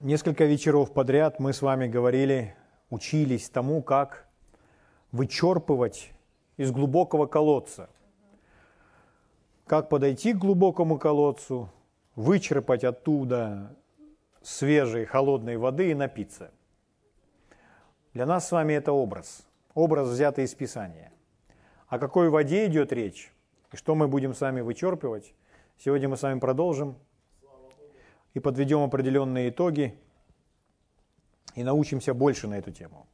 Несколько вечеров подряд мы с вами говорили, учились тому, как вычерпывать из глубокого колодца. Как подойти к глубокому колодцу, вычерпать оттуда свежей холодной воды и напиться. Для нас с вами это образ взятый из Писания. О какой воде идет речь и что мы будем с вами вычерпывать, сегодня мы с вами продолжим и подведем определенные итоги и научимся больше на эту тему.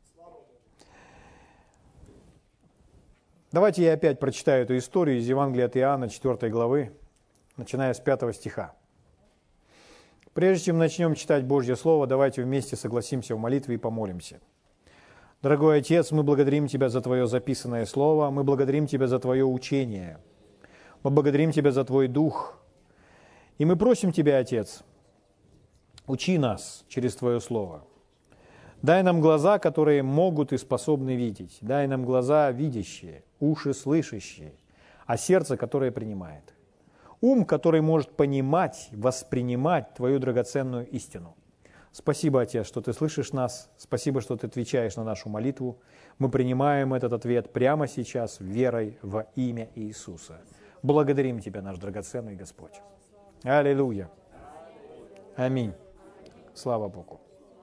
Давайте я опять прочитаю эту историю из Евангелия от Иоанна, 4 главы, начиная с 5 стиха. Прежде чем начнем читать Божье Слово, давайте вместе согласимся в молитве и помолимся. Дорогой Отец, мы благодарим Тебя за Твое записанное Слово, мы благодарим Тебя за Твое учение, мы благодарим Тебя за Твой Дух, и мы просим Тебя, Отец, учи нас через Твое Слово. Дай нам глаза, которые могут и способны видеть. Дай нам глаза видящие, уши слышащие, а сердце, которое принимает. Ум, который может понимать, воспринимать Твою драгоценную истину. Спасибо, Отец, что Ты слышишь нас. Спасибо, что Ты отвечаешь на нашу молитву. Мы принимаем этот ответ прямо сейчас верой во имя Иисуса. Благодарим Тебя, наш драгоценный Господь. Аллилуйя. Аминь. Слава Богу.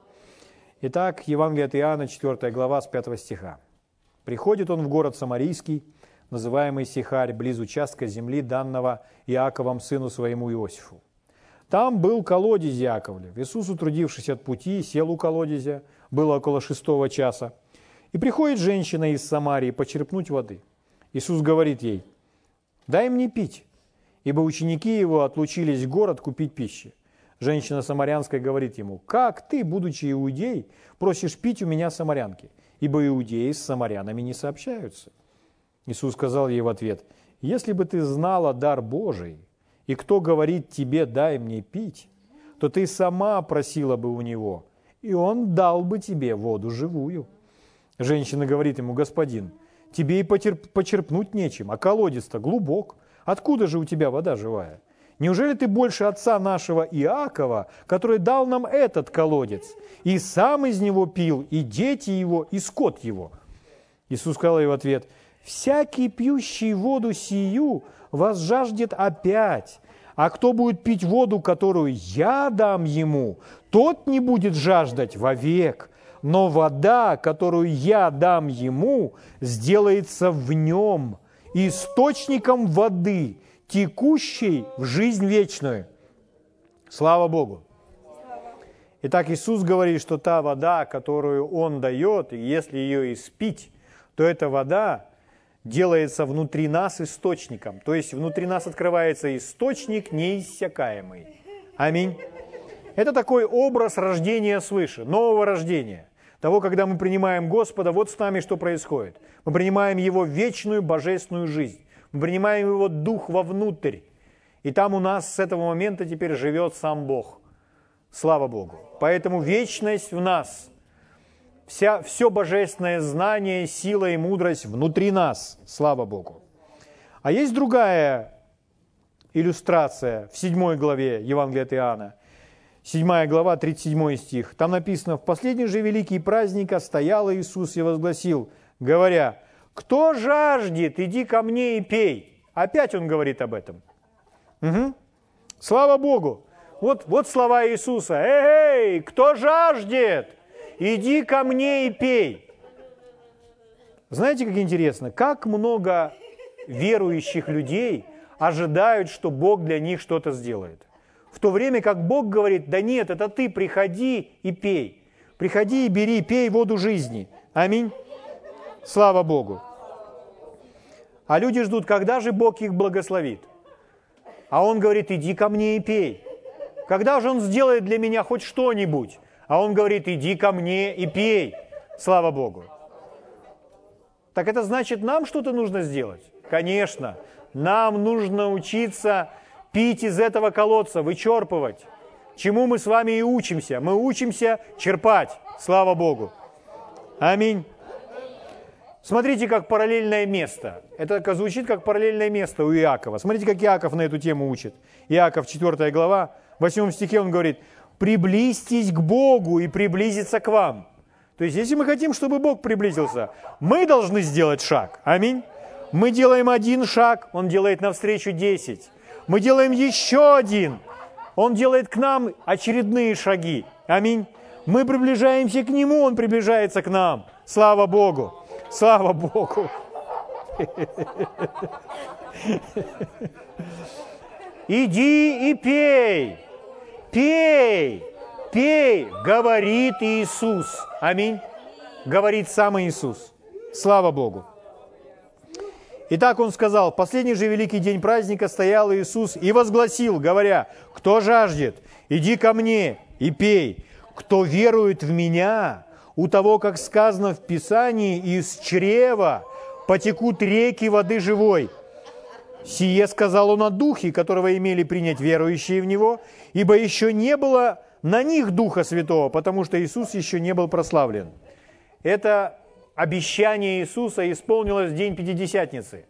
Итак, Евангелие от Иоанна, 4 глава, с 5 стиха. «Приходит он в город Самарийский, называемый Сихарь, близ участка земли, данного Иаковом сыну своему Иосифу. Там был колодезь Яковлев. Иисус, утрудившись от пути, сел у колодезя, было около 6 часа. И приходит женщина из Самарии почерпнуть воды. Иисус говорит ей: „Дай мне пить“, ибо ученики его отлучились в город купить пищи. Женщина самарянская говорит ему: „Как ты, будучи иудей, просишь пить у меня самарянки? Ибо иудеи с самарянами не сообщаются“. Иисус сказал ей в ответ: „Если бы ты знала дар Божий, и кто говорит тебе: дай мне пить, то ты сама просила бы у него, и он дал бы тебе воду живую“. Женщина говорит ему: „Господин, тебе и почерпнуть нечем, а колодец-то глубок. Откуда же у тебя вода живая? Неужели ты больше отца нашего Иакова, который дал нам этот колодец, и сам из него пил, и дети его, и скот его?“ Иисус сказал ей в ответ: „Всякий, пьющий воду сию, возжаждет опять, а кто будет пить воду, которую я дам ему, тот не будет жаждать вовек, но вода, которую я дам ему, сделается в нем источником воды, текущей в жизнь вечную“. Слава Богу! Итак, Иисус говорит, что та вода, которую Он дает, и если ее испить, то эта вода делается внутри нас источником. То есть внутри нас открывается источник неиссякаемый. Аминь. Это такой образ рождения свыше, нового рождения. Того, когда мы принимаем Господа, вот с нами что происходит. Мы принимаем Его вечную божественную жизнь. Мы принимаем Его Дух вовнутрь. И там у нас с этого момента теперь живет сам Бог. Слава Богу. Поэтому вечность в нас. Все божественное знание, сила и мудрость внутри нас. Слава Богу. А есть другая иллюстрация в 7 главе Евангелия от Иоанна. 7 глава, 37 стих. Там написано: „В последний же великий праздник стоял Иисус и возгласил, говоря: „Кто жаждет, иди ко мне и пей“». Опять Он говорит об этом. Угу. Слава Богу. Вот слова Иисуса. „Эй, кто жаждет, иди ко мне и пей“. Знаете, как интересно, как много верующих людей ожидают, что Бог для них что-то сделает. В то время как Бог говорит: „Да нет, это ты приходи и пей. Приходи и бери, пей воду жизни“. Аминь. Слава Богу. А люди ждут, когда же Бог их благословит. А Он говорит: „Иди ко мне и пей“. Когда же Он сделает для меня хоть что-нибудь? А Он говорит: „Иди ко мне и пей“. Слава Богу. Так это значит, нам что-то нужно сделать? Конечно. Нам нужно учиться пить из этого колодца, вычерпывать. Чему мы с вами и учимся. Мы учимся черпать. Слава Богу. Аминь. Смотрите, как параллельное место. Это звучит как параллельное место у Иакова. Смотрите, как Иаков на эту тему учит. Иаков, 4 глава, в 8 стихе он говорит: приблизьтесь к Богу и приблизиться к вам. То есть, если мы хотим, чтобы Бог приблизился, мы должны сделать шаг. Аминь. Мы делаем один шаг, Он делает навстречу 10. Мы делаем еще один, Он делает к нам очередные шаги. Аминь. Мы приближаемся к Нему, Он приближается к нам. Слава Богу! Слава Богу! Иди и пей, пей, пей, говорит Иисус. Аминь. Говорит сам Иисус. Слава Богу. Итак, Он сказал, в последний же великий день праздника стоял Иисус и возгласил, говоря, кто жаждет, иди ко мне и пей. Кто верует в Меня, у того, как сказано в Писании, из чрева потекут реки воды живой. Сие сказал Он о Духе, которого имели принять верующие в Него, ибо еще не было на них Духа Святого, потому что Иисус еще не был прославлен. Это обещание Иисуса исполнилось в день Пятидесятницы.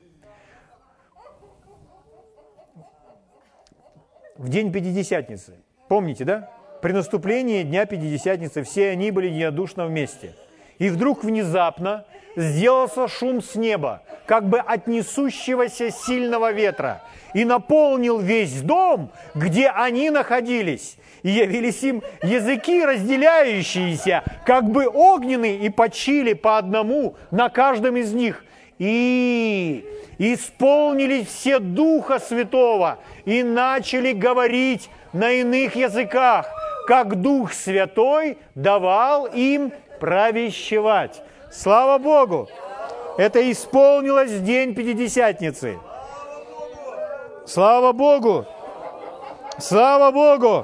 В день Пятидесятницы. Помните, да? При наступлении Дня Пятидесятницы все они были единодушно вместе. И вдруг внезапно сделался шум с неба, как бы от несущегося сильного ветра, и наполнил весь дом, где они находились. И явились им языки, разделяющиеся, как бы огненные, и почили по одному на каждом из них. И исполнились все Духа Святого, и начали говорить на иных языках, как Дух Святой давал им провещевать. Слава Богу! Это исполнилось в день Пятидесятницы. Слава Богу! Слава Богу!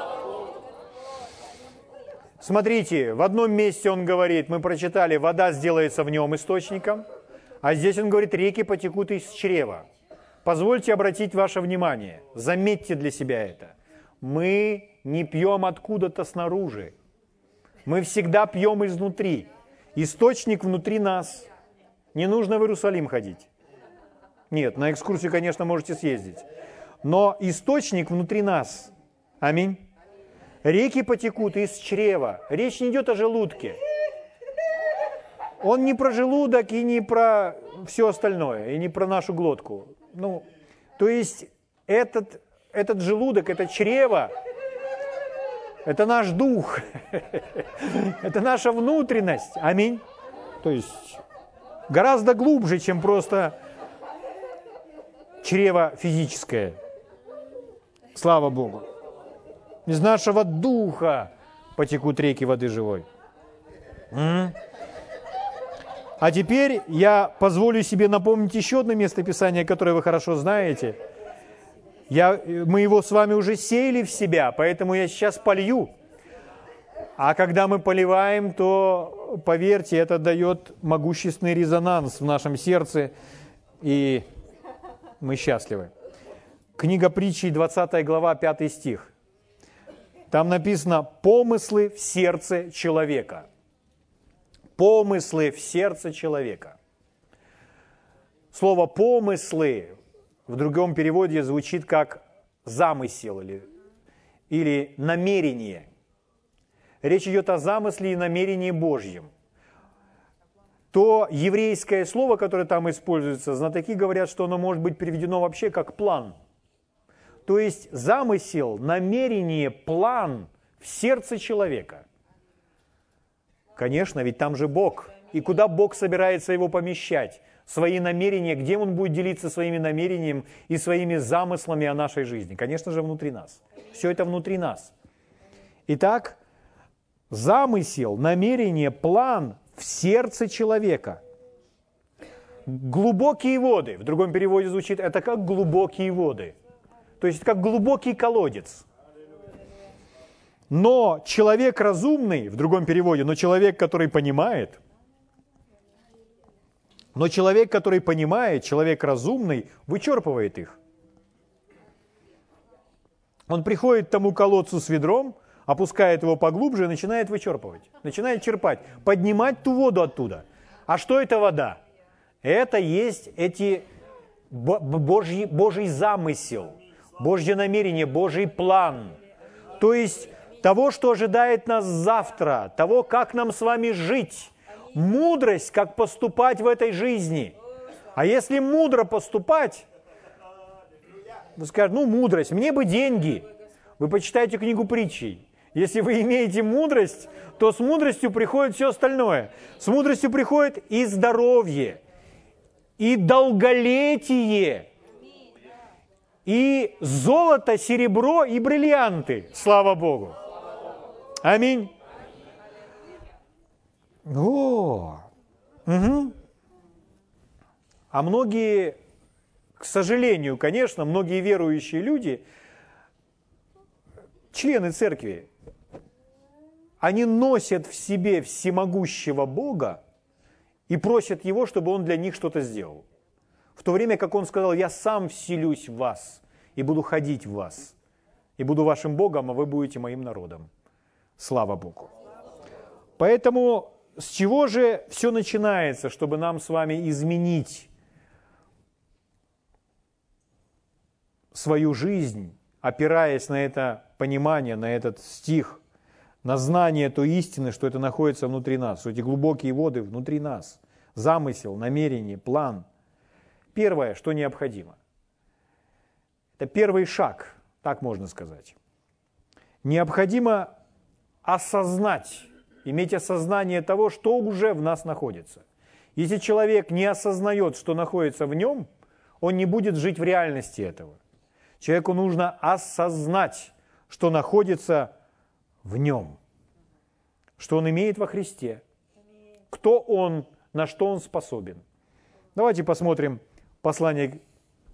Смотрите, в одном месте Он говорит, мы прочитали, вода сделается в нем источником, а здесь Он говорит, реки потекут из чрева. Позвольте обратить ваше внимание, заметьте для себя это. Мы не пьем откуда-то снаружи. Мы всегда пьем изнутри. Источник внутри нас. Не нужно в Иерусалим ходить. Нет, на экскурсию, конечно, можете съездить. Но источник внутри нас. Аминь. Реки потекут из чрева. Речь не идет о желудке. Он не про желудок и не про все остальное, и не про нашу глотку. Ну, то есть этот желудок, это чрево, это наш дух, это наша внутренность. Аминь. То есть гораздо глубже, чем просто чрево физическое. Слава Богу. Из нашего духа потекут реки воды живой. А теперь я позволю себе напомнить еще одно место Писания, которое вы хорошо знаете. Мы его с вами уже сеяли в себя, поэтому я сейчас полью. А когда мы поливаем, то, поверьте, это дает могущественный резонанс в нашем сердце, и мы счастливы. Книга Притчи, 20 глава, 5 стих. Там написано «помыслы в сердце человека». Помыслы в сердце человека. Слово «помыслы» в другом переводе звучит как «замысел» или «намерение». Речь идет о замысле и намерении Божьем. То еврейское слово, которое там используется, знатоки говорят, что оно может быть переведено вообще как «план». То есть замысел, намерение, план в сердце человека. Конечно, ведь там же Бог. И куда Бог собирается его помещать? Свои намерения, где Он будет делиться своими намерениями и своими замыслами о нашей жизни? Конечно же, внутри нас. Все это внутри нас. Итак, замысел, намерение, план в сердце человека. Глубокие воды, в другом переводе звучит, это как глубокие воды. То есть как глубокий колодец. Но человек разумный, в другом переводе, но человек, который понимает, человек разумный, вычерпывает их. Он приходит к тому колодцу с ведром, опускает его поглубже и начинает вычерпывать, начинает черпать, поднимать ту воду оттуда. А что это вода? Это есть Божий замысел, Божье намерение, Божий план. То есть того, что ожидает нас завтра, того, как нам с вами жить, мудрость, как поступать в этой жизни. А если мудро поступать, вы скажете, ну, мудрость, мне бы деньги. Вы почитайте книгу притчей. Если вы имеете мудрость, то с мудростью приходит все остальное. С мудростью приходит и здоровье, и долголетие, и золото, серебро, и бриллианты. Слава Богу. Аминь. О, угу. А многие, к сожалению, конечно, многие верующие люди, члены церкви, они носят в себе всемогущего Бога и просят Его, чтобы Он для них что-то сделал. В то время как Он сказал, я сам вселюсь в вас и буду ходить в вас, и буду вашим Богом, а вы будете моим народом. Слава Богу. Поэтому с чего же все начинается, чтобы нам с вами изменить свою жизнь, опираясь на это понимание, на этот стих, на знание той истины, что это находится внутри нас, что эти глубокие воды внутри нас, замысел, намерение, план. Первое, что необходимо, это первый шаг, так можно сказать. Необходимо осознать, иметь осознание того, что уже в нас находится. Если человек не осознает, что находится в нем, он не будет жить в реальности этого. Человеку нужно осознать, что находится в нем, что он имеет во Христе, кто он, на что он способен. Давайте посмотрим послание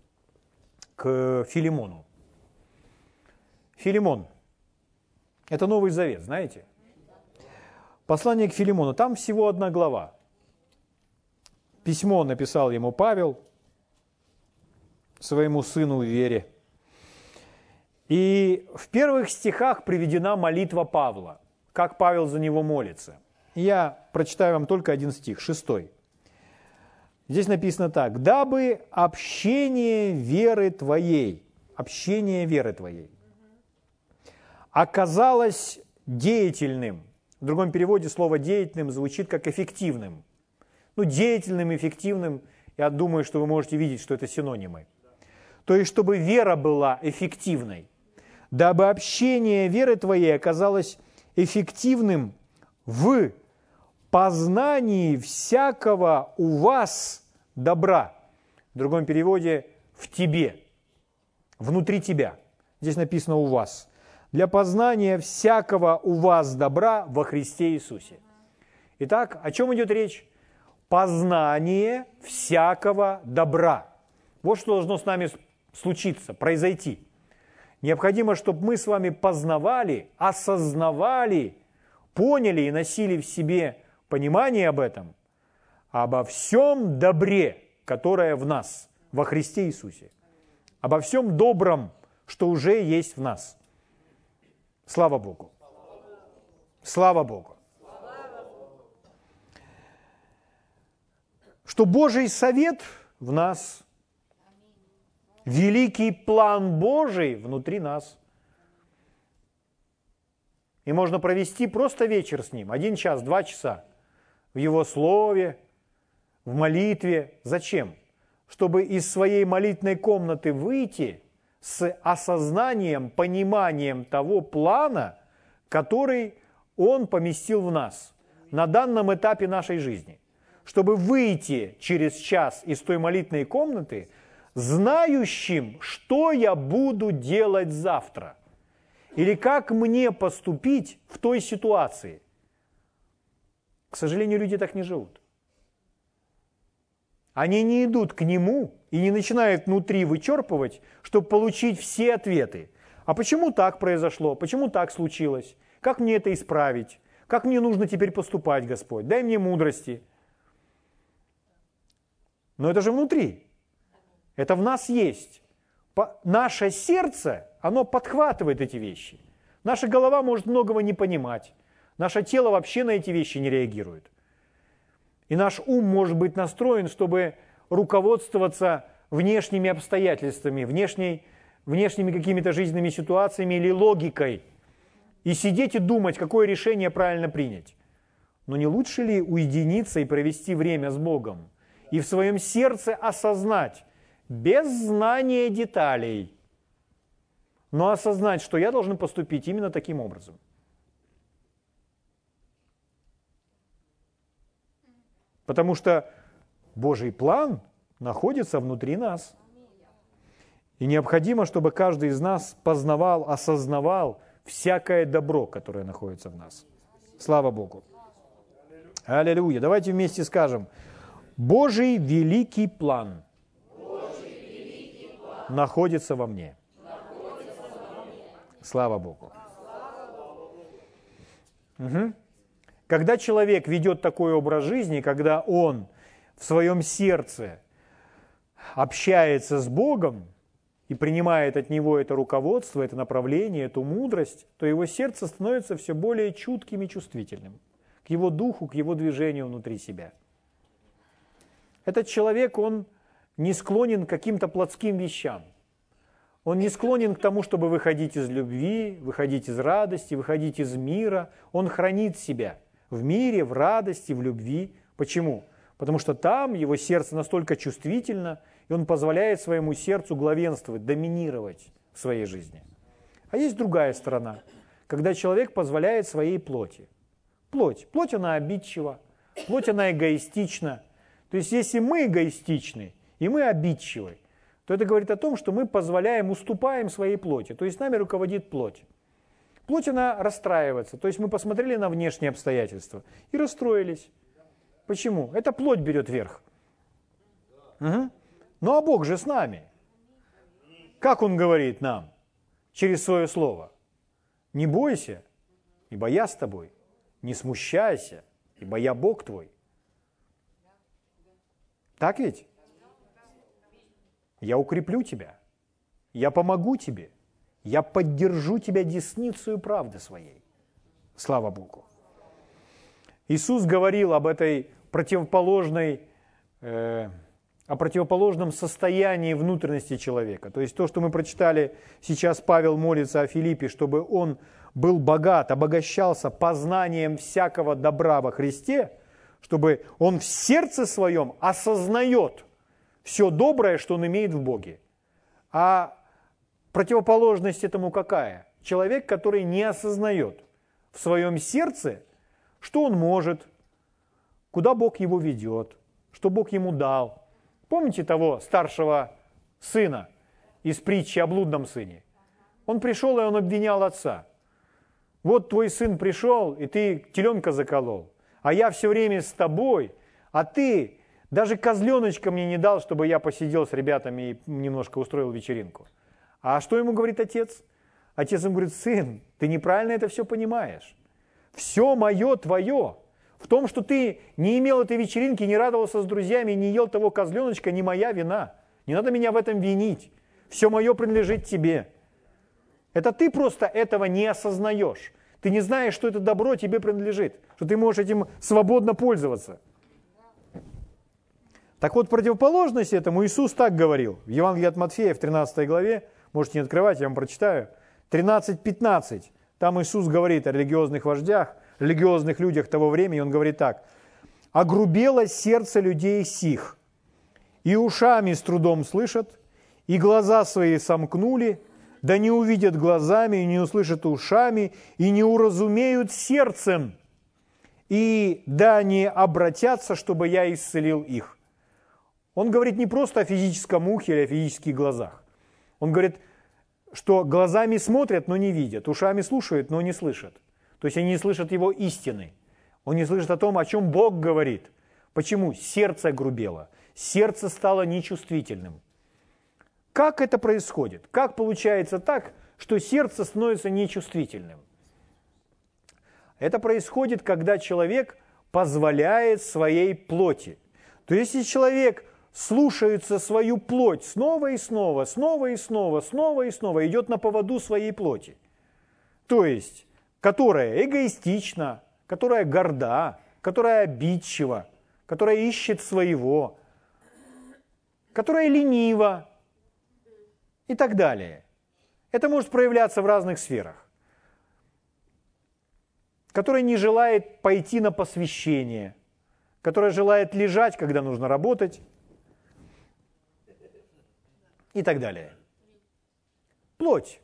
к Филимону. Филимон – это Новый Завет, знаете? Послание к Филимону, там всего одна глава. Письмо написал ему Павел, своему сыну в вере. И в первых стихах приведена молитва Павла, как Павел за него молится. Я прочитаю вам только один стих, 6. Здесь написано так. «Дабы общение веры твоей оказалось деятельным». В другом переводе слово «деятельным» звучит как «эффективным». Ну, деятельным, эффективным, я думаю, что вы можете видеть, что это синонимы. То есть, чтобы вера была эффективной. «Дабы общение веры твоей оказалось эффективным в познании всякого у вас добра». В другом переводе «в тебе», внутри тебя. Здесь написано «у вас». Для познания всякого у вас добра во Христе Иисусе. Итак, о чем идет речь? Познание всякого добра. Вот что должно с нами случиться, произойти. Необходимо, чтобы мы с вами познавали, осознавали, поняли и носили в себе понимание об этом, обо всем добре, которое в нас, во Христе Иисусе, обо всем добром, что уже есть в нас. Слава Богу! Слава Богу! Что Божий совет в нас, великий план Божий внутри нас. И можно провести просто вечер с Ним, 1 час, 2 часа, в Его Слове, в молитве. Зачем? Чтобы из своей молитвенной комнаты выйти с осознанием, пониманием того плана, который Он поместил в нас на данном этапе нашей жизни. Чтобы выйти через час из той молитвенной комнаты, знающим, что я буду делать завтра, или как мне поступить в той ситуации. К сожалению, люди так не живут. Они не идут к Нему и не начинают внутри вычерпывать, чтобы получить все ответы. А почему так произошло? Почему так случилось? Как мне это исправить? Как мне нужно теперь поступать, Господь? Дай мне мудрости. Но это же внутри. Это в нас есть. Наше сердце, оно подхватывает эти вещи. Наша голова может многого не понимать. Наше тело вообще на эти вещи не реагирует. И наш ум может быть настроен, чтобы руководствоваться внешними обстоятельствами, внешними какими-то жизненными ситуациями или логикой. и сидеть и думать, какое решение правильно принять. Но не лучше ли уединиться и провести время с Богом и в своем сердце осознать, без знания деталей, но осознать, что я должен поступить именно таким образом? Потому что Божий план находится внутри нас. И необходимо, чтобы каждый из нас познавал, осознавал всякое добро, которое находится в нас. Слава Богу. Аллилуйя. Давайте вместе скажем: Божий великий план находится во мне. Слава Богу. Угу. Когда человек ведет такой образ жизни, когда он в своем сердце общается с Богом и принимает от Него это руководство, это направление, эту мудрость, то его сердце становится все более чутким и чувствительным к Его духу, к Его движению внутри себя. Этот человек, он не склонен к каким-то плотским вещам. Он не склонен к тому, чтобы выходить из любви, выходить из радости, выходить из мира. Он хранит себя в мире, в радости, в любви. Почему? Потому что там его сердце настолько чувствительно, и он позволяет своему сердцу главенствовать, доминировать в своей жизни. А есть другая сторона, когда человек позволяет своей плоти. Плоть она обидчива, плоть она эгоистична. То есть если мы эгоистичны и мы обидчивы, то это говорит о том, что мы позволяем, уступаем своей плоти. То есть нами руководит плоть. Плоть, она расстраивается. То есть мы посмотрели на внешние обстоятельства и расстроились. Почему? Это плоть берет верх. Угу. Ну а Бог же с нами. Как Он говорит нам? Через свое слово. Не бойся, ибо я с тобой. Не смущайся, ибо я Бог твой. Так ведь? Я укреплю тебя, я помогу тебе, я поддержу тебя десницею правды своей. Слава Богу. Иисус говорил об этой противоположном состоянии внутренности человека. То есть то, что мы прочитали, сейчас Павел молится о Филиппе, чтобы он был богат, обогащался познанием всякого добра во Христе, чтобы он в сердце своем осознает все доброе, что он имеет в Боге. А противоположность этому какая? Человек, который не осознает в своем сердце, что он может, куда Бог его ведет, что Бог ему дал. Помните того старшего сына из притчи о блудном сыне? Он пришел, и он обвинял отца. Вот твой сын пришел, и ты теленка заколол, а я все время с тобой, а ты даже козленочка мне не дал, чтобы я посидел с ребятами и немножко устроил вечеринку. А что ему говорит отец? Отец ему говорит: сын, ты неправильно это все понимаешь. Все мое твое. В том, что ты не имел этой вечеринки, не радовался с друзьями, не ел того козленочка, не моя вина. Не надо меня в этом винить. Все мое принадлежит тебе. Это ты просто этого не осознаешь. Ты не знаешь, что это добро тебе принадлежит, что ты можешь этим свободно пользоваться. Так вот, противоположность этому Иисус так говорил. В Евангелии от Матфея, в 13 главе, можете не открывать, я вам прочитаю, 13-15. Там Иисус говорит о религиозных вождях, религиозных людях того времени. Он говорит так: «Огрубело сердце людей сих, и ушами с трудом слышат, и глаза свои сомкнули, да не увидят глазами, и не услышат ушами, и не уразумеют сердцем, и да не обратятся, чтобы я исцелил их». Он говорит не просто о физическом ухе или о физических глазах. Он говорит, что глазами смотрят, но не видят, ушами слушают, но не слышат. То есть они не слышат Его истины. Он не слышит о том, о чем Бог говорит. Почему? Сердце огрубело, сердце стало нечувствительным. Как это происходит? Как получается так, что сердце становится нечувствительным? Это происходит, когда человек позволяет своей плоти. То есть, если человек слушается свою плоть снова и снова, снова и снова, снова и снова, идет на поводу своей плоти, то есть, которая эгоистична, которая горда, которая обидчива, которая ищет своего, которая ленива и так далее. Это может проявляться в разных сферах. которая не желает пойти на посвящение, которая желает лежать, когда нужно работать и так далее. Плоть.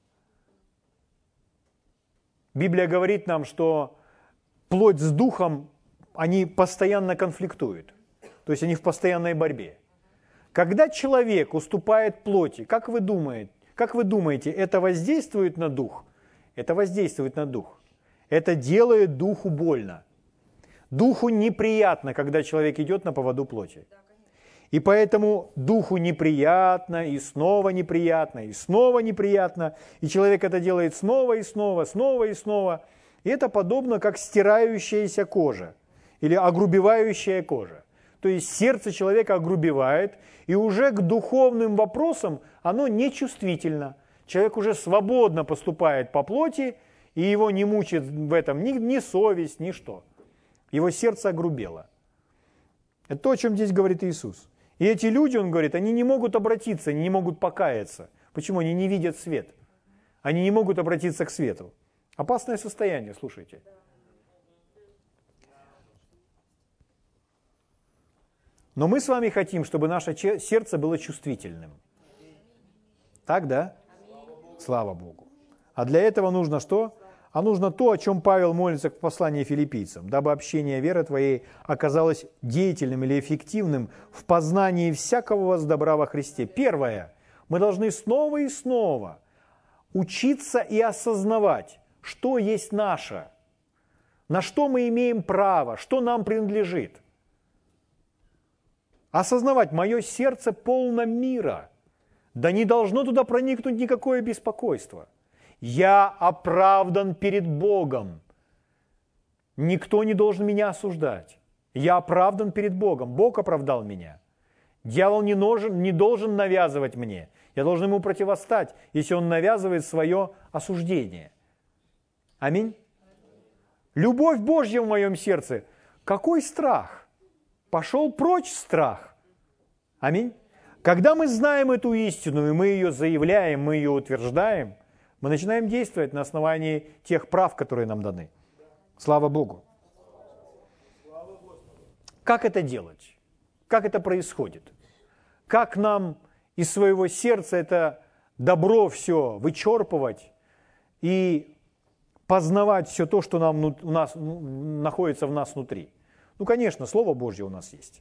Библия говорит нам, что плоть с духом, они постоянно конфликтуют, то есть они в постоянной борьбе. Когда человек уступает плоти, как вы думаете, это воздействует на дух? Это воздействует на дух. Это делает духу больно. Духу неприятно, когда человек идет на поводу плоти. И поэтому духу неприятно, и снова неприятно, и снова неприятно. И человек это делает снова и снова, снова и снова. И это подобно как стирающаяся кожа или огрубевающая кожа. То есть сердце человека огрубевает, и уже к духовным вопросам оно нечувствительно. Человек уже свободно поступает по плоти, и его не мучает в этом ни совесть, ни что. Его сердце огрубело. Это то, о чем здесь говорит Иисус. И эти люди, он говорит, они не могут обратиться, они не могут покаяться. Почему? Они не видят свет. Они не могут обратиться к свету. Опасное состояние, слушайте. Но мы с вами хотим, чтобы наше сердце было чувствительным. Так, да? Слава Богу. А для этого нужно что? А нужно то, о чем Павел молится в послании филиппийцам, дабы общение веры твоей оказалось деятельным или эффективным в познании всякого воздобра во Христе. Первое. Мы должны снова и снова учиться и осознавать, что есть наше, на что мы имеем право, что нам принадлежит. Осознавать, мое сердце полно мира, да не должно туда проникнуть никакое беспокойство. Я оправдан перед Богом. Никто не должен меня осуждать. Я оправдан перед Богом. Бог оправдал меня. Дьявол не должен навязывать мне. Я должен ему противостать, если он навязывает свое осуждение. Аминь. Любовь Божья в моем сердце. Какой страх? Пошел прочь страх. Аминь. Когда мы знаем эту истину, и мы ее заявляем, мы ее утверждаем, мы начинаем действовать на основании тех прав, которые нам даны. Слава Богу. Как это делать? Как это происходит? Как нам из своего сердца это добро все вычерпывать и познавать все то, что находится в нас внутри? Ну, конечно, Слово Божье у нас есть.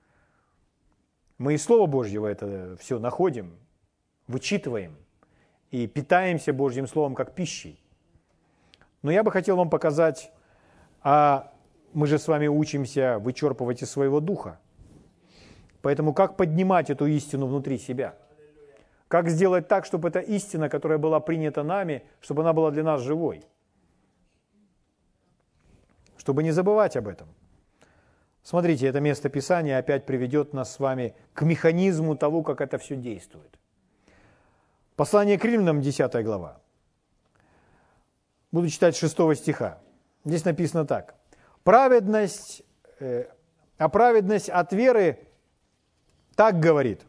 Мы из Слова Божьего это все находим, вычитываем и питаемся Божьим Словом как пищей. Но я бы хотел вам показать, мы же с вами учимся вычерпывать из своего духа. Поэтому как поднимать эту истину внутри себя? Как сделать так, чтобы эта истина, которая была принята нами, чтобы она была для нас живой? Чтобы не забывать об этом. Смотрите, это место Писания опять приведет нас с вами к механизму того, как это все действует. Послание к Римлянам, 10 глава. Буду читать 6 стиха. Здесь написано так. Праведность от веры так говорит.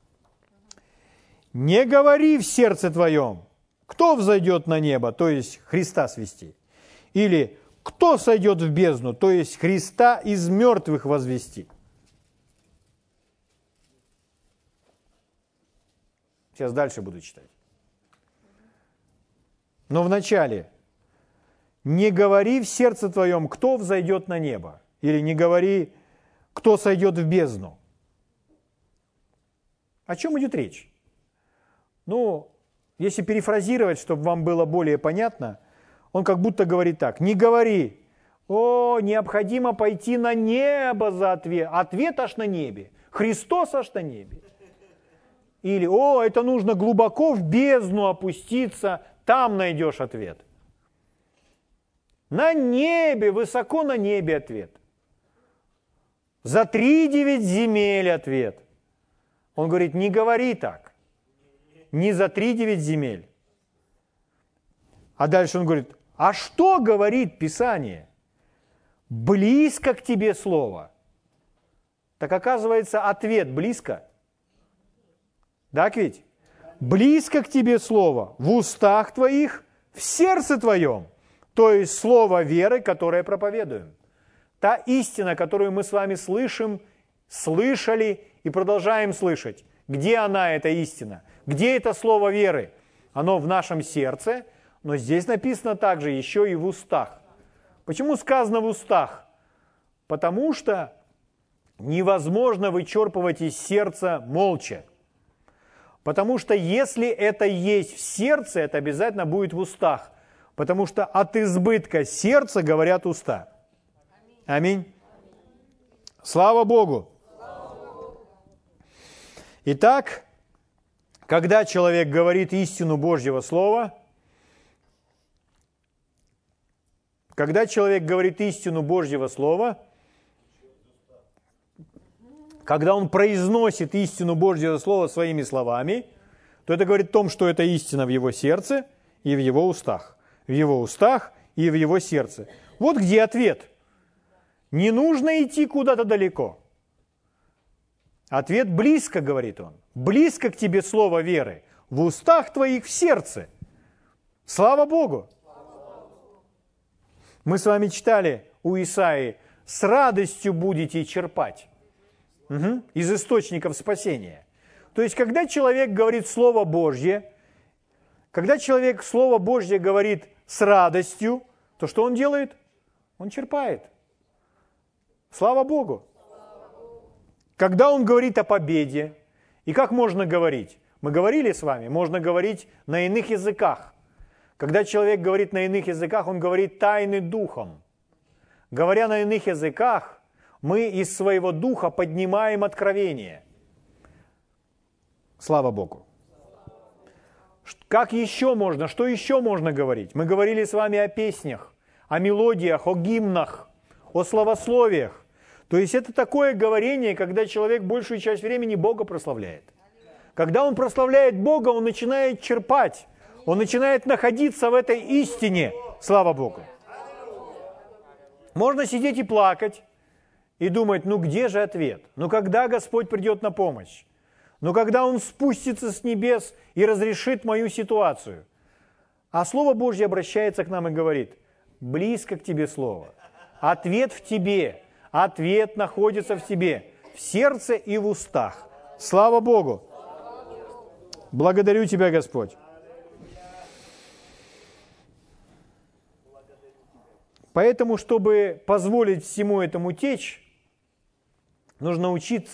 Не говори в сердце твоем, кто взойдет на небо, то есть Христа свести, или кто сойдет в бездну, то есть Христа из мертвых возвести. Сейчас дальше буду читать. Но вначале не говори в сердце твоем, кто взойдет на небо, или не говори, кто сойдет в бездну. О чем идет речь? Ну, если перефразировать, чтобы вам было более понятно, он как будто говорит так: не говори, необходимо пойти на небо за ответ. Ответ аж на небе. Христос аж на небе. Или, это нужно глубоко в бездну опуститься, там найдешь ответ. На небе, высоко на небе ответ. За 3-9 земель ответ. Он говорит, не говори так. Не за 3-9 земель. А дальше он говорит, а что говорит Писание? Близко к тебе слово. Так оказывается, ответ близко. Так ведь? Близко к тебе слово, в устах твоих, в сердце твоем. То есть слово веры, которое проповедуем. Та истина, которую мы с вами слышим, слышали и продолжаем слышать. Где она, эта истина? Где это слово веры? Оно в нашем сердце, но здесь написано также еще и в устах. Почему сказано в устах? Потому что невозможно вычерпывать из сердца молча. Потому что если это есть в сердце, это обязательно будет в устах. Потому что от избытка сердца говорят уста. Аминь. Слава Богу. Итак, когда человек говорит истину Божьего Слова, когда человек говорит истину Божьего Слова, когда он произносит истину Божьего Слова своими словами, то это говорит о том, что это истина в его сердце и в его устах. В его устах и в его сердце. Вот где ответ. Не нужно идти куда-то далеко. Ответ близко, говорит он. Близко к тебе слово веры. В устах твоих, в сердце. Слава Богу! Мы с вами читали у Исаии: «С радостью будете черпать». Из источников спасения. То есть, когда человек говорит Слово Божье, когда человек Слово Божье говорит с радостью, то что он делает? Он черпает. Слава Богу! Когда он говорит о победе, и как можно говорить? Мы говорили с вами, можно говорить на иных языках. Когда человек говорит на иных языках, он говорит тайны духом. Говоря на иных языках, мы из своего духа поднимаем откровение. Слава Богу. Как еще можно, что еще можно говорить? Мы говорили с вами о песнях, о мелодиях, о гимнах, о словословиях. То есть это такое говорение, когда человек большую часть времени Бога прославляет. Когда он прославляет Бога, он начинает черпать, он начинает находиться в этой истине. Слава Богу. Можно сидеть и плакать, и думать, ну где же ответ? Ну когда Господь придет на помощь? Ну когда Он спустится с небес и разрешит мою ситуацию? А Слово Божье обращается к нам и говорит: близко к тебе Слово. Ответ в тебе. Ответ находится в тебе. В сердце и в устах. Слава Богу! Благодарю Тебя, Господь. Поэтому, чтобы позволить всему этому течь, нужно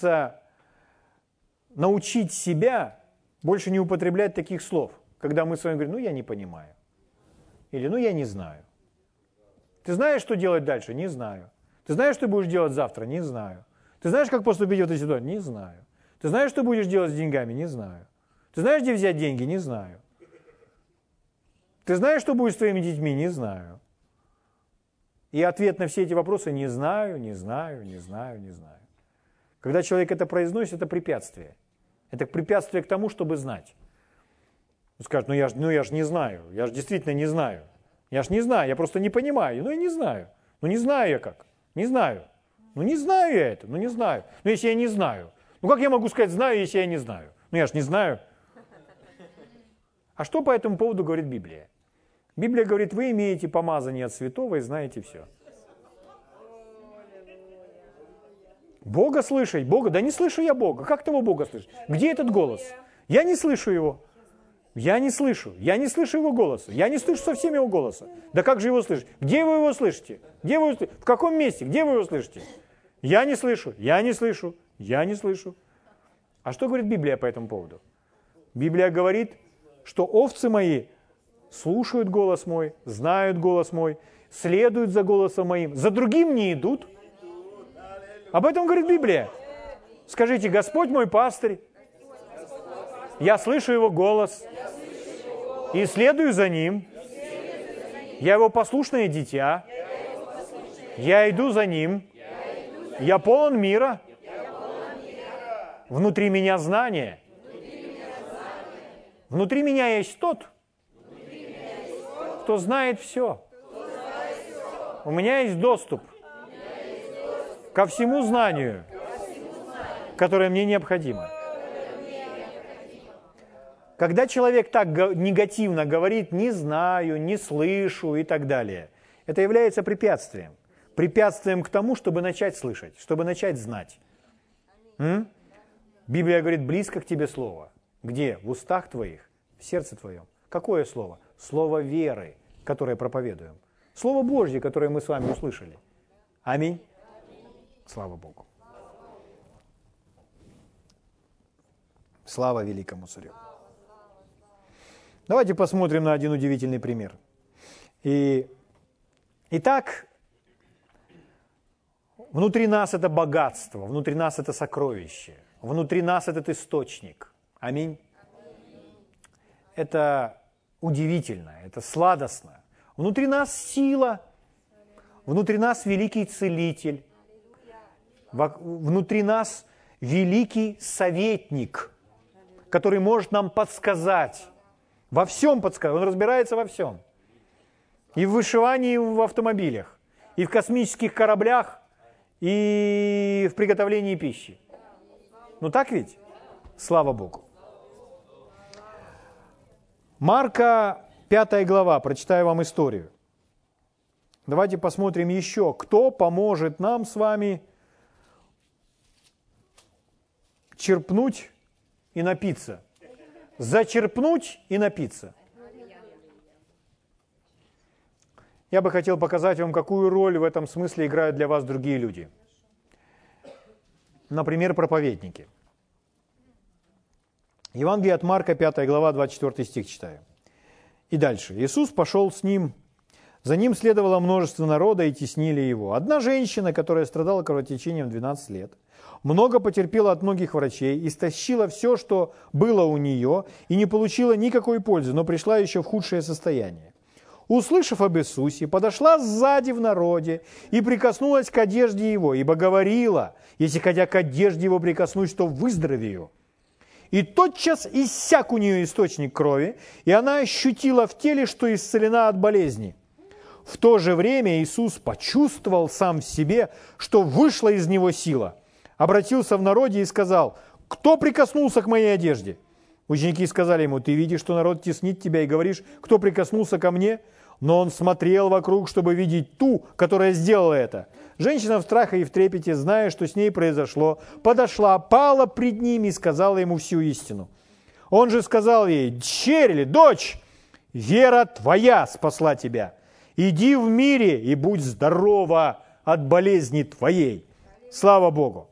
научить себя больше не употреблять таких слов, когда мы с вами говорим: ну я не понимаю, или ну я не знаю. Ты знаешь, что делать дальше? Не знаю. Ты знаешь, что будешь делать завтра? Не знаю. Ты знаешь, как поступить в этой ситуации? Не знаю. Ты знаешь, что будешь делать с деньгами? Не знаю. Ты знаешь, где взять деньги? Не знаю. Ты знаешь, что будет с твоими детьми? Не знаю. И ответ на все эти вопросы: не знаю, не знаю, не знаю, не знаю. Когда человек это произносит, это препятствие. Это препятствие к тому, чтобы знать. Он скажет: ну я ж не знаю, я же действительно не знаю. Я ж не знаю, я просто не понимаю. Ну я не знаю. Ну не знаю я как. Не знаю. Ну не знаю я это, ну не знаю. Ну если я не знаю. Ну как я могу сказать знаю, если я не знаю? Ну я ж не знаю. А что по этому поводу говорит Библия? Библия говорит: вы имеете помазание от святого и знаете все. Бога слышать? Бога? Да не слышу я Бога. Как того Бога слышать? Где этот голос? Я не слышу его. Я не слышу. Я не слышу его голоса. Я не слышу совсем его голоса. Да как же его слышать? Где вы его слышите? Где вы его слышите? В каком месте? Где вы его слышите? Я не слышу. Я не слышу. Я не слышу. А что говорит Библия по этому поводу? Библия говорит, что овцы мои слушают голос мой, знают голос мой, следуют за голосом моим, за другим не идут. Об этом говорит Библия. Скажите: Господь мой пастырь, я слышу Его голос и следую за Ним. Я Его послушное дитя. Я иду за Ним. Я полон мира. Внутри меня знание. Внутри меня есть тот, кто знает все. У меня есть доступ ко всему знанию, которое мне необходимо. Когда человек так негативно говорит «не знаю», «не слышу» и так далее, это является препятствием. Препятствием к тому, чтобы начать слышать, чтобы начать знать. Библия говорит, близко к тебе слово. Где? В устах твоих, в сердце твоем. Какое слово? Слово веры, которое проповедуем. Слово Божье, которое мы с вами услышали. Аминь. Слава Богу. Слава великому царю. Давайте посмотрим на один удивительный пример. Итак, внутри нас это богатство, внутри нас это сокровище, внутри нас этот источник. Аминь. Это удивительно, это сладостно. Внутри нас сила, внутри нас великий целитель, внутри нас великий советник, который может нам подсказать, во всем подсказать, он разбирается во всем. И в вышивании, и в автомобилях, и в космических кораблях, и в приготовлении пищи. Ну так ведь? Слава Богу. Марка 5 глава, прочитаю вам историю. Давайте посмотрим еще, кто поможет нам с вами черпнуть и напиться. Зачерпнуть и напиться. Я бы хотел показать вам, какую роль в этом смысле играют для вас другие люди. Например, проповедники. Евангелие от Марка, 5 глава, 24 стих читаю. И дальше. Иисус пошел с ним. За ним следовало множество народа, и теснили его. Одна женщина, которая страдала кровотечением 12 лет, много потерпела от многих врачей, истощила все, что было у нее, и не получила никакой пользы, но пришла еще в худшее состояние. Услышав об Иисусе, подошла сзади в народе и прикоснулась к одежде его, ибо говорила, если хотя к одежде его прикоснусь, то выздоровею. И тотчас иссяк у нее источник крови, и она ощутила в теле, что исцелена от болезни. В то же время Иисус почувствовал сам в себе, что вышла из него сила. Обратился в народе и сказал, кто прикоснулся к моей одежде? Ученики сказали ему, ты видишь, что народ теснит тебя, и говоришь, кто прикоснулся ко мне? Но он смотрел вокруг, чтобы видеть ту, которая сделала это. Женщина в страхе и в трепете, зная, что с ней произошло, подошла, пала пред ним и сказала ему всю истину. Он же сказал ей, дочерь или дочь, вера твоя спасла тебя. Иди в мире и будь здорова от болезни твоей. Слава Богу.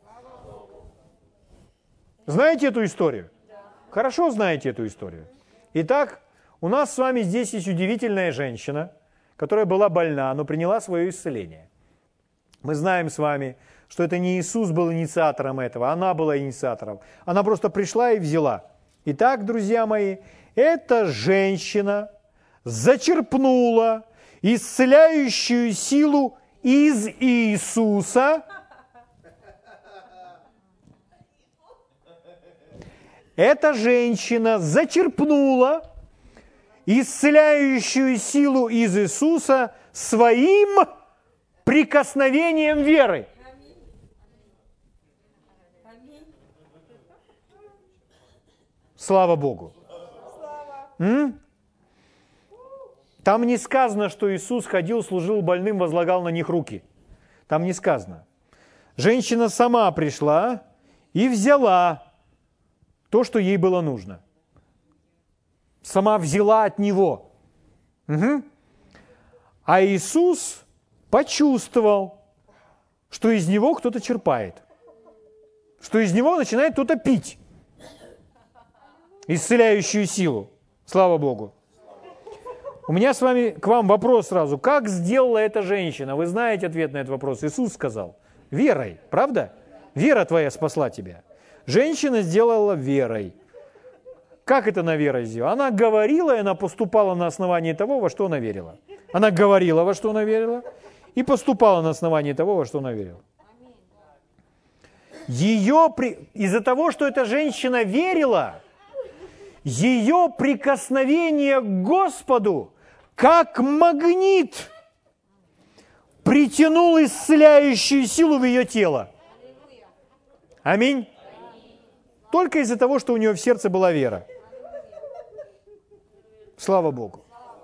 Знаете эту историю? Хорошо знаете эту историю. Итак, у нас с вами здесь есть удивительная женщина, которая была больна, но приняла свое исцеление. Мы знаем с вами, что это не Иисус был инициатором этого, она была инициатором. Она просто пришла и взяла. Итак, друзья мои, эта женщина зачерпнула исцеляющую силу из Иисуса. Эта женщина зачерпнула исцеляющую силу из Иисуса своим прикосновением веры. Слава Богу. Там не сказано, что Иисус ходил, служил больным, возлагал на них руки. Там не сказано. Женщина сама пришла и взяла то, что ей было нужно. Сама взяла от Него. А Иисус почувствовал, что из Него кто-то черпает. Что из Него начинает кто-то пить. Исцеляющую силу. Слава Богу. У меня к вам вопрос сразу. Как сделала эта женщина? Вы знаете ответ на этот вопрос. Иисус сказал. Верой. Правда? Вера твоя спасла тебя. Женщина сделала верой. Как это она верой сделала? Она говорила, и она поступала на основании того, во что она верила. Она говорила, во что она верила, и поступала на основании того, во что она верила. Из-за того, что эта женщина верила, ее прикосновение к Господу, как магнит, притянул исцеляющую силу в ее тело. Аминь. Только из-за того, что у нее в сердце была вера. Слава Богу.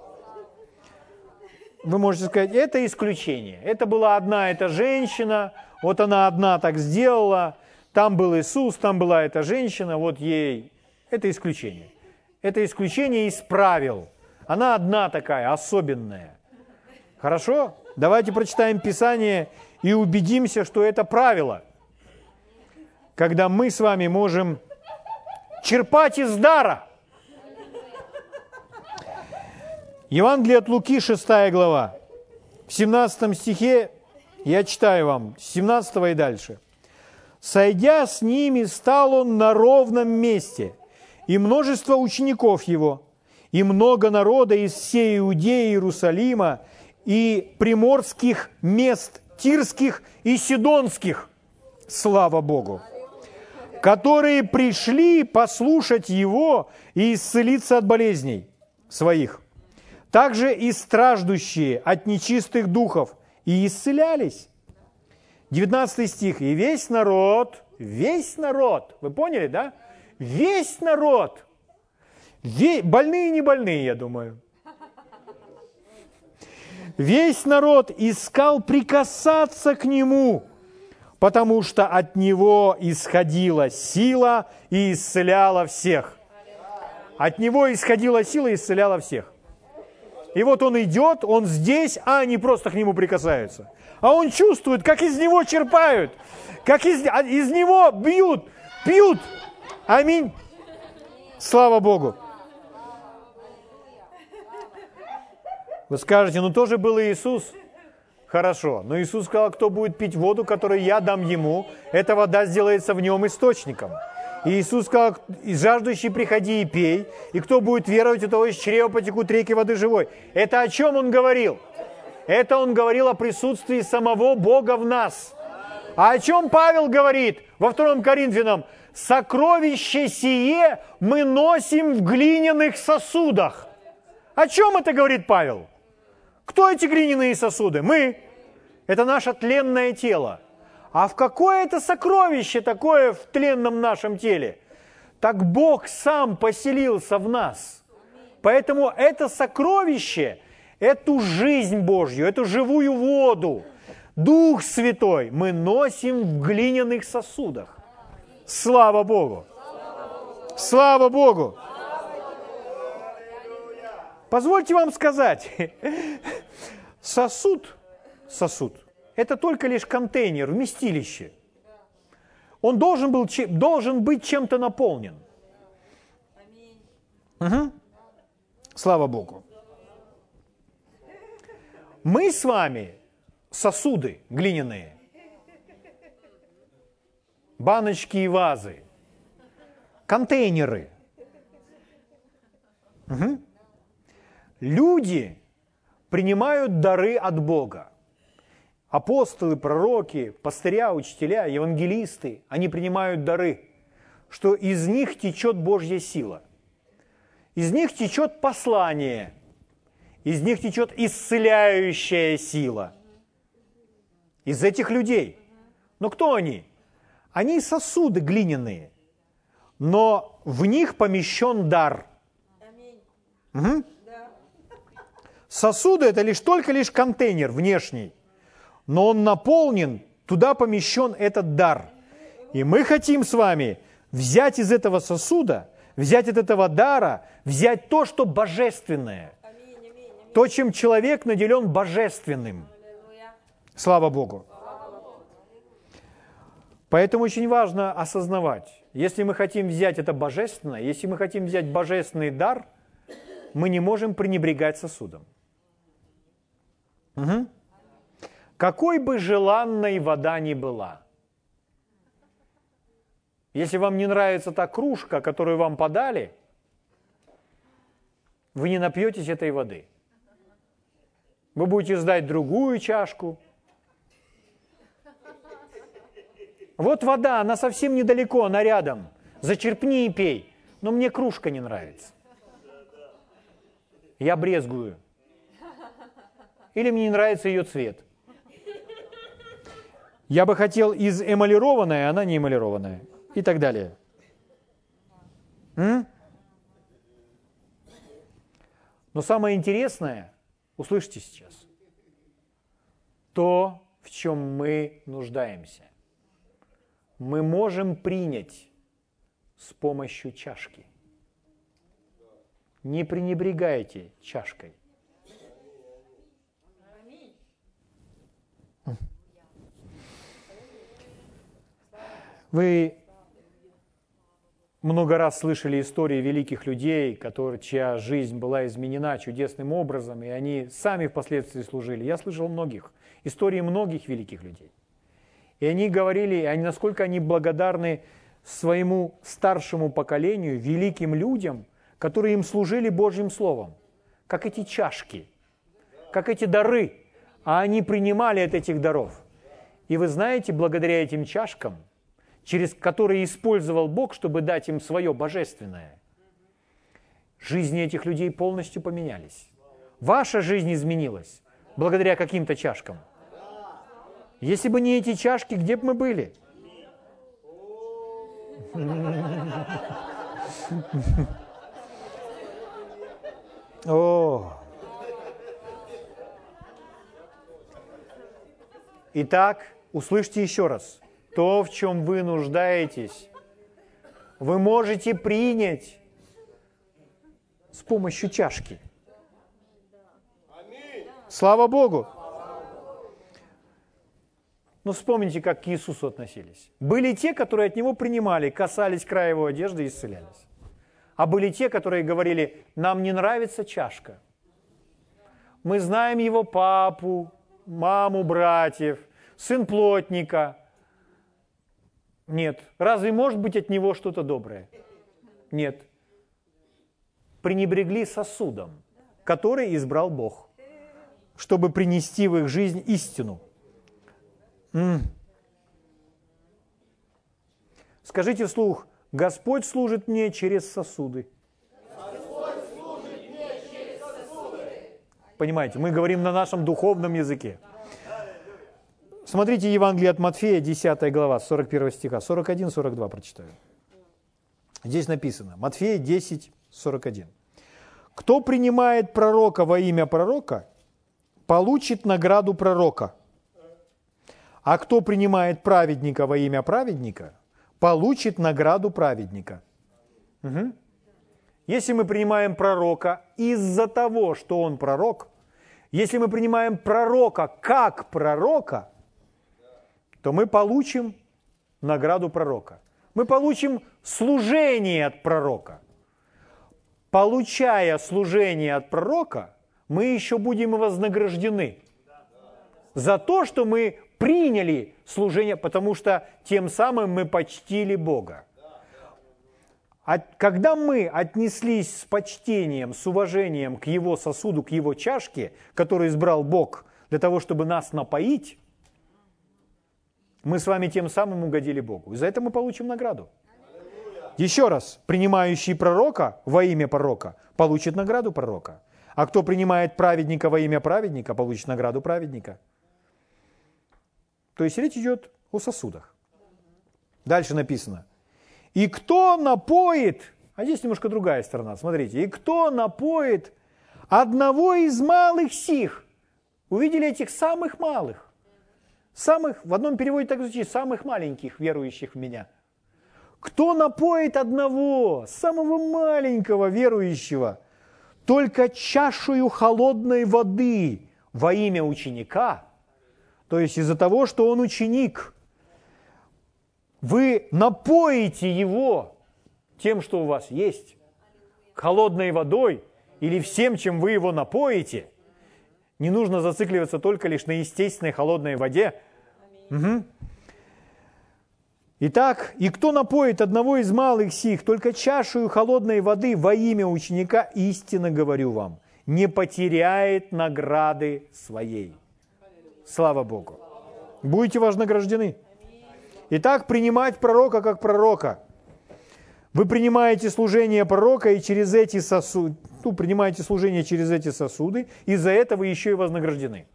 Вы можете сказать, это исключение. Это была одна эта женщина, вот она одна так сделала, там был Иисус, там была эта женщина, вот ей. Это исключение. Это исключение из правил. Она одна такая, особенная. Хорошо? Давайте прочитаем Писание и убедимся, что это правило. Когда мы с вами можем черпать из дара. Евангелие от Луки, 6 глава. В 17 стихе, я читаю вам, с 17 и дальше. «Сойдя с ними, стал он на ровном месте, и множество учеников его, и много народа из всей Иудеи, Иерусалима, и приморских мест, тирских и сидонских, слава Богу, которые пришли послушать его и исцелиться от болезней своих. Также и страждущие от нечистых духов, и исцелялись». 19 стих. «И весь народ, вы поняли, да? Весь народ, больные и не больные, я думаю, весь народ искал прикасаться к нему, потому что от него исходила сила и исцеляла всех». От него исходила сила и исцеляла всех. И вот он идет, он здесь, а они просто к нему прикасаются. А он чувствует, как из него черпают, как из него пьют. Аминь. Слава Богу. Вы скажете, ну тоже был Иисус. Хорошо, но Иисус сказал, кто будет пить воду, которую я дам ему, эта вода сделается в нем источником. И Иисус сказал, жаждущий приходи и пей, и кто будет веровать, у того из чрева потекут реки воды живой. Это о чем он говорил? Это он говорил о присутствии самого Бога в нас. А о чем Павел говорит во 2 Коринфянам? Сокровище сие мы носим в глиняных сосудах. О чем это говорит Павел? Кто эти глиняные сосуды? Мы. Это наше тленное тело. А в какое это сокровище такое в тленном нашем теле? Так Бог сам поселился в нас. Поэтому это сокровище, эту жизнь Божью, эту живую воду, Дух Святой мы носим в глиняных сосудах. Слава Богу! Слава Богу! Позвольте вам сказать, сосуд, это только лишь контейнер, вместилище. Он должен быть чем-то наполнен. Угу. Слава Богу. Мы с вами сосуды глиняные, баночки и вазы, контейнеры. Угу. Люди принимают дары от Бога. Апостолы, пророки, пастыря, учителя, евангелисты, они принимают дары, что из них течет Божья сила. Из них течет послание, из них течет исцеляющая сила. Из этих людей. Но кто они? Они сосуды глиняные, но в них помещен дар. Угу. Сосуды – это только лишь контейнер внешний, но он наполнен, туда помещен этот дар. И мы хотим с вами взять из этого сосуда, взять от этого дара, взять то, что божественное. То, чем человек наделен божественным. Слава Богу. Поэтому очень важно осознавать, если мы хотим взять это божественное, если мы хотим взять божественный дар, мы не можем пренебрегать сосудом. Угу. Какой бы желанной вода ни была, если вам не нравится та кружка, которую вам подали, вы не напьетесь этой воды. Вы будете ждать другую чашку. Вот вода, она совсем недалеко, она рядом. Зачерпни и пей. Но мне кружка не нравится. Я брезгую. Или мне не нравится ее цвет. Я бы хотел из эмалированной, а она не эмалированная. И так далее. Но самое интересное, услышьте сейчас, то, в чем мы нуждаемся, мы можем принять с помощью чашки. Не пренебрегайте чашкой. Вы много раз слышали истории великих людей, чья жизнь была изменена чудесным образом, и они сами впоследствии служили. Я слышал истории многих великих людей. И они говорили, насколько они благодарны своему старшему поколению, великим людям, которые им служили Божьим Словом, как эти чашки, как эти дары, а они принимали от этих даров. И вы знаете, благодаря этим чашкам, через которые использовал Бог, чтобы дать им свое божественное, жизни этих людей полностью поменялись. Ваша жизнь изменилась благодаря каким-то чашкам. Если бы не эти чашки, где бы мы были? О. Итак, услышьте еще раз. То, в чем вы нуждаетесь, вы можете принять с помощью чашки. Слава Богу! Но вспомните, как к Иисусу относились. Были те, которые от Него принимали, касались края Его одежды и исцелялись. А были те, которые говорили, нам не нравится чашка. Мы знаем Его папу, маму, братьев, сын плотника. Нет. Разве может быть от него что-то доброе? Нет. Пренебрегли сосудом, который избрал Бог, чтобы принести в их жизнь истину. Скажите вслух, Господь служит мне через сосуды. Господь служит мне через сосуды. Понимаете, мы говорим на нашем духовном языке. Смотрите Евангелие от Матфея, 10 глава, 41 стиха, 41-42 прочитаю. Здесь написано, Матфея 10, 41. «Кто принимает пророка во имя пророка, получит награду пророка. А кто принимает праведника во имя праведника, получит награду праведника». Угу. Если мы принимаем пророка из-за того, что он пророк, если мы принимаем пророка как пророка, то мы получим награду пророка. Мы получим служение от пророка. Получая служение от пророка, мы еще будем вознаграждены за то, что мы приняли служение, потому что тем самым мы почтили Бога. Когда мы отнеслись с почтением, с уважением к Его сосуду, к Его чашке, которую избрал Бог для того, чтобы нас напоить, мы с вами тем самым угодили Богу. И за это мы получим награду. Еще раз, принимающий пророка во имя пророка получит награду пророка. А кто принимает праведника во имя праведника, получит награду праведника. То есть речь идет о сосудах. Дальше написано. И кто напоит, а здесь немножко другая сторона, смотрите. И кто напоит одного из малых сих. Увидели этих самых малых? В одном переводе так звучит, самых маленьких верующих в меня. Кто напоит одного, самого маленького верующего, только чашею холодной воды во имя ученика, то есть из-за того, что он ученик, вы напоите его тем, что у вас есть, холодной водой или всем, чем вы его напоите. Не нужно зацикливаться только лишь на естественной холодной воде. Угу. Итак, и кто напоит одного из малых сих, только чашею холодной воды во имя ученика, истинно говорю вам, не потеряет награды своей. Слава Богу. Будете вознаграждены. Итак, принимать пророка как пророка. Вы принимаете служение пророка и через эти сосуды, принимаете служение через эти сосуды, и за это вы еще и вознаграждены.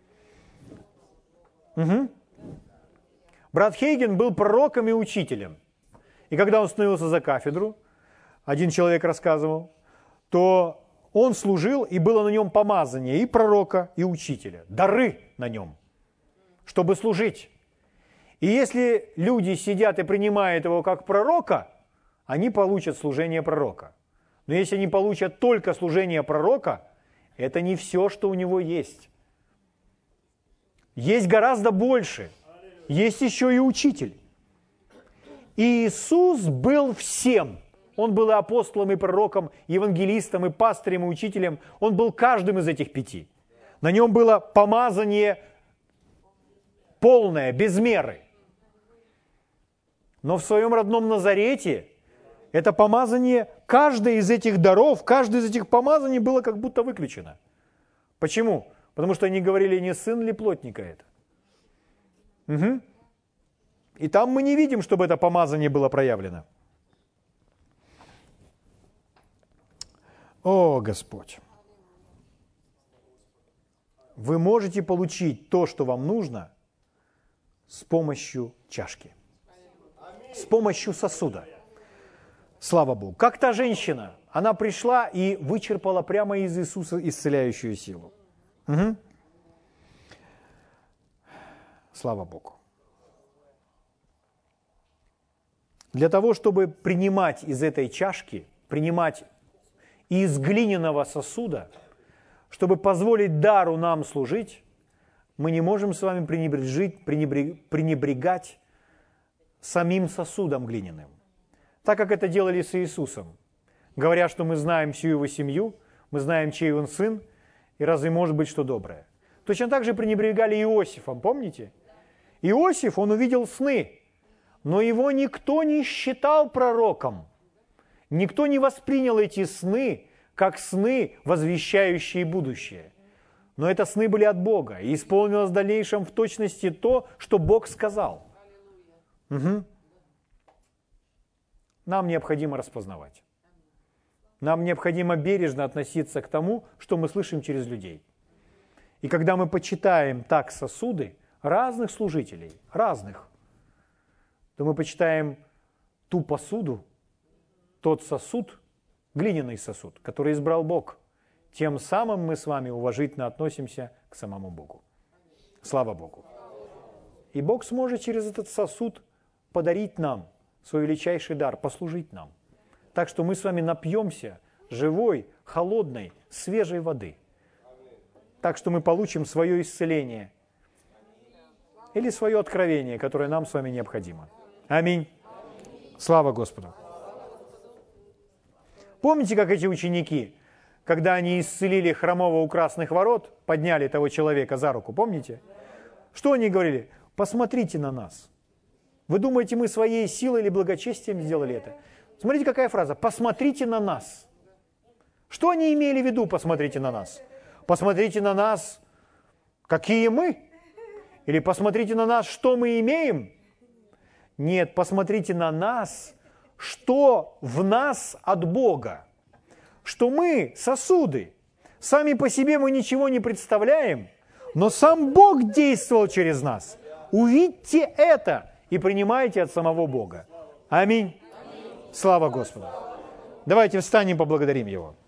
Угу. Брат Хейген был пророком и учителем. И когда он становился за кафедру, один человек рассказывал, то Он служил, и было на нем помазание и пророка, и учителя. Дары на нем, чтобы служить. И если люди сидят и принимают его как пророка, они получат служение пророка. Но если они получат только служение пророка, это не все, что у него есть. Есть гораздо больше. Есть еще и учитель. И Иисус был всем. Он был и апостолом, и пророком, и евангелистом, и пастырем, и учителем. Он был каждым из этих 5. На нем было помазание полное, без меры. Но в своем родном Назарете это помазание, каждое из этих даров, каждое из этих помазаний было как будто выключено. Почему? Потому что они говорили, не сын ли плотника это. Угу. И там мы не видим, чтобы это помазание было проявлено. О, Господь! Вы можете получить то, что вам нужно, с помощью чашки, с помощью сосуда. Слава Богу. Как та женщина, она пришла и вычерпала прямо из Иисуса исцеляющую силу. Угу. Слава Богу. Для того, чтобы принимать из этой чашки, принимать из глиняного сосуда, чтобы позволить дару нам служить, мы не можем с вами пренебрегать самим сосудом глиняным. Так как это делали с Иисусом, говоря, что мы знаем всю его семью, мы знаем, чей он сын, и разве может быть что доброе. Точно так же пренебрегали Иосифом, помните? Иосиф, он увидел сны, но его никто не считал пророком. Никто не воспринял эти сны, как сны, возвещающие будущее. Но это сны были от Бога, и исполнилось в дальнейшем в точности то, что Бог сказал. Угу. Нам необходимо распознавать. Нам необходимо бережно относиться к тому, что мы слышим через людей. И когда мы почитаем так сосуды разных служителей, разных, то мы почитаем ту посуду, тот сосуд, глиняный сосуд, который избрал Бог. Тем самым мы с вами уважительно относимся к самому Богу. Слава Богу. И Бог сможет через этот сосуд подарить нам свой величайший дар, послужить нам. Так что мы с вами напьемся живой, холодной, свежей воды. Так что мы получим свое исцеление или свое откровение, которое нам с вами необходимо. Аминь. Слава Господу. Помните, как эти ученики, когда они исцелили хромого у красных ворот, подняли того человека за руку, помните? Что они говорили? Посмотрите на нас. Вы думаете, мы своей силой или благочестием сделали это? Смотрите, какая фраза. Посмотрите на нас. Что они имели в виду, посмотрите на нас? Посмотрите на нас, какие мы? Или посмотрите на нас, что мы имеем? Нет, посмотрите на нас, что в нас от Бога. Что мы сосуды. Сами по себе мы ничего не представляем, но сам Бог действовал через нас. Увидьте это и принимайте от самого Бога. Аминь. Слава Господу. Давайте встанем и поблагодарим Его.